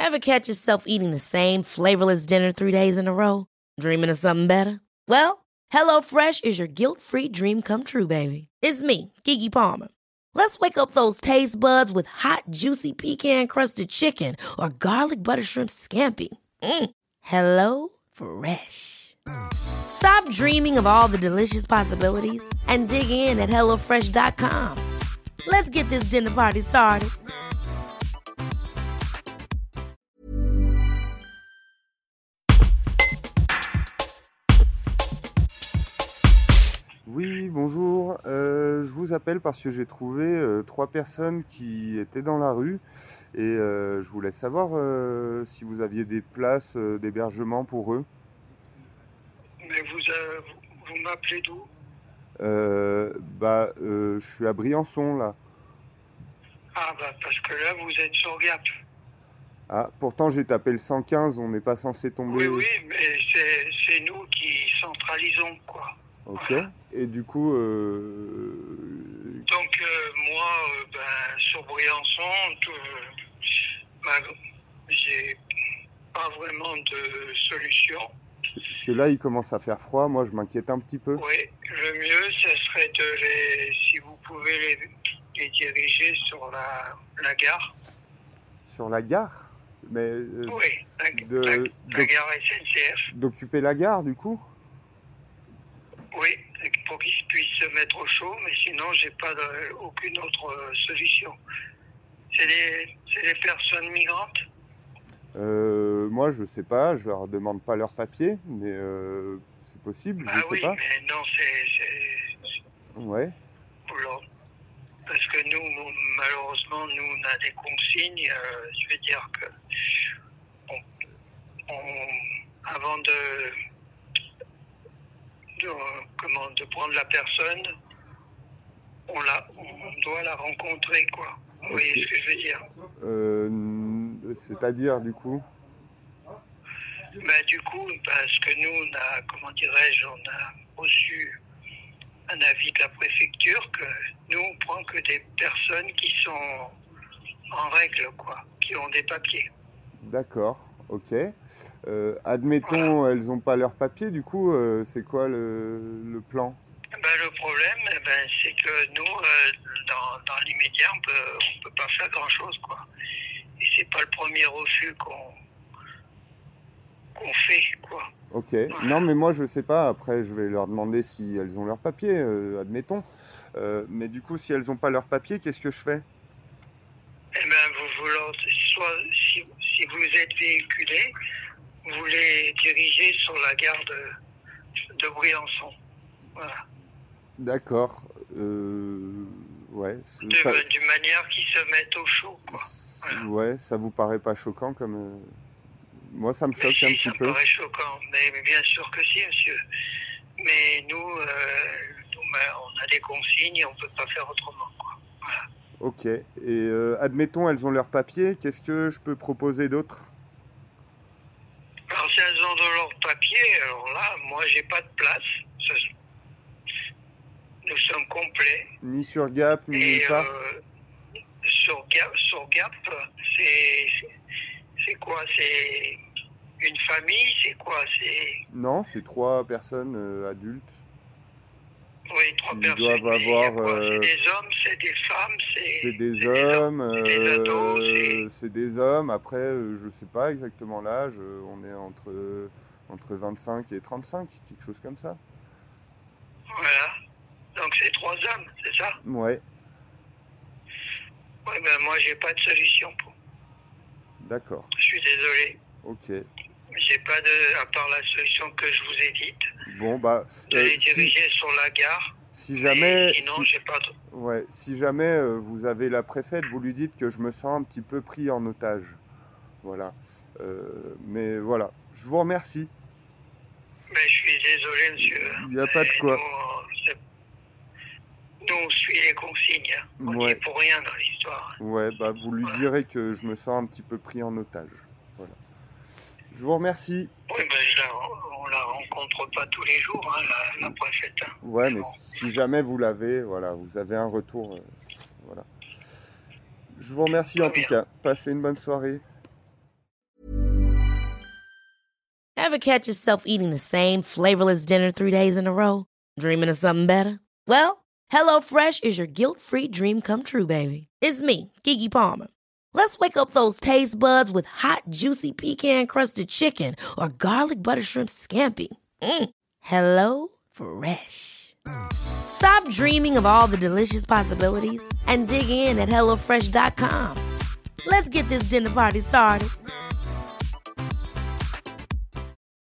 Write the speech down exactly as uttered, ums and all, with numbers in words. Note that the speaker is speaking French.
Ever catch yourself eating the same flavorless dinner three days in a row? Dreaming of something better? Well, HelloFresh is your guilt-free dream come true, baby. It's me, Keke Palmer. Let's wake up those taste buds with hot, juicy pecan-crusted chicken or garlic butter shrimp scampi. Mm. Hello Fresh. Stop dreaming of all the delicious possibilities and dig in at hello fresh dot com. Let's get this dinner party started. Oui, bonjour. Euh, je vous appelle parce que j'ai trouvé euh, trois personnes qui étaient dans la rue et euh, je voulais savoir euh, si vous aviez des places euh, d'hébergement pour eux. Mais vous, euh, vous, vous m'appelez d'où? Euh, bah, euh, je suis à Briançon là. Ah bah parce que là vous êtes sur Gap. Ah, pourtant j'ai tapé le cent quinze, on n'est pas censé tomber. Oui, oui, mais c'est, c'est nous qui centralisons, quoi. Ok. Voilà. Et du coup, euh... Donc euh, moi, euh, ben, sur Briançon, tout, euh, ben, j'ai pas vraiment de solution. parce que là il commence à faire froid, moi je m'inquiète un petit peu. Oui, le mieux, ce serait de les, si vous pouvez les, les diriger sur la, la gare. Sur la gare? Mais euh, Oui, la, de, la, la d'oc- gare S N C F. d'occuper la gare du coup? Oui, pour qu'ils puissent se mettre au chaud, mais sinon, j'ai pas de, aucune autre euh, solution. C'est des, c'est des personnes migrantes. Euh, moi, je sais pas, je leur demande pas leurs papiers, mais euh, c'est possible, Ah je sais oui, pas. mais non, c'est, c'est Ouais, oula. Parce que nous, nous, malheureusement, nous, on a des consignes. Euh, je veux dire que on, on- avant de, de, comment, de prendre la personne, on, la, on doit la rencontrer, quoi. Vous voyez Ok. ce que je veux dire? euh, c'est-à-dire du coup. Ben, du coup, parce que nous, on a, comment dirais-je, on a reçu un avis de la préfecture que nous, on prend que des personnes qui sont en règle, quoi, qui ont des papiers. D'accord, ok. Euh, admettons, elles ont pas leurs papiers, du coup, euh, c'est quoi le, le plan? Ben, le problème, eh ben, c'est que nous, euh, dans, dans l'immédiat, on peut, on peut pas faire grand-chose, quoi. Et c'est pas le premier refus qu'on qu'on fait, quoi. Ok. Voilà. Non, mais moi, je sais pas. Après, je vais leur demander si elles ont leurs papiers, euh, admettons. Euh, mais du coup, si elles ont pas leurs papiers, qu'est-ce que je fais? Eh bien, vous, vous leur- soit, si, si vous êtes véhiculé, vous les dirigez sur la gare de, de Briançon. Voilà. D'accord. Euh, ouais. c'est- De, ça, d'une manière qu'ils se mettent au chaud, quoi. Voilà. ouais, ça vous paraît pas choquant comme. euh, Moi, ça me Mais choque si, un ça petit me peu. paraît choquant. Mais, mais bien sûr que si, monsieur. Mais nous, euh, nous, ben, on a des consignes et on ne peut pas faire autrement, quoi. Voilà. Ok. Et euh, admettons, elles ont leurs papiers. Qu'est-ce que je peux proposer d'autre? Alors, si elles ont de leur papier, alors là, moi, j'ai pas de place. Ce- Nous sommes complets. Ni sur Gap, ni Et nulle part. euh, sur Gap, sur Gap, c'est, c'est, c'est quoi? C'est une famille? C'est quoi? C'est, Non, c'est trois personnes euh, adultes. oui, trois Qui personnes. doivent Mais il y a avoir, quoi? euh, C'est des hommes, c'est des femmes, c'est, C'est des c'est hommes, c'est des ados, euh, c'est... c'est des hommes. Après, euh, je sais pas exactement l'âge. euh, On est entre, euh, entre vingt-cinq et trente-cinq, quelque chose comme ça. Voilà. Donc c'est trois hommes, c'est ça? Ouais, Oui, ben moi j'ai pas de solution pour. d'accord. Je suis désolé. Ok. J'ai pas de, à part la solution que je vous ai dite, Bon, bah, de euh, les si, diriger sur la gare. si Mais jamais, sinon si, j'ai pas de... ouais, si jamais euh, vous avez la préfète, vous lui dites que je me sens un petit peu pris en otage. Voilà. Euh, mais voilà. Je vous remercie. Mais je suis désolé, monsieur. Il n'y a pas de Mais quoi. Nous, on- c'est- nous, on suit les consignes. hein. On n'y Ouais. est pour rien dans l'histoire. Ouais, bah, vous lui Voilà. direz que je me sens un petit peu pris en otage. Voilà. Je vous remercie. Oui, ben je la, on la rencontre pas tous les jours, hein, la, la préfète. hein. Ouais, mais Bon. si jamais vous l'avez, voilà, vous avez un retour. euh, voilà. Je vous remercie en Très tout bien. cas. Passez une bonne soirée. Ever catch yourself eating the same flavorless dinner three days in a row? Dreaming of something better? Well, HelloFresh is your guilt-free dream come true, baby. It's me, Keke Palmer. Let's wake up those taste buds with hot, juicy pecan-crusted chicken or garlic butter shrimp scampi. Mm. Hello Fresh. Stop dreaming of all the delicious possibilities and dig in at hello fresh dot com. Let's get this dinner party started.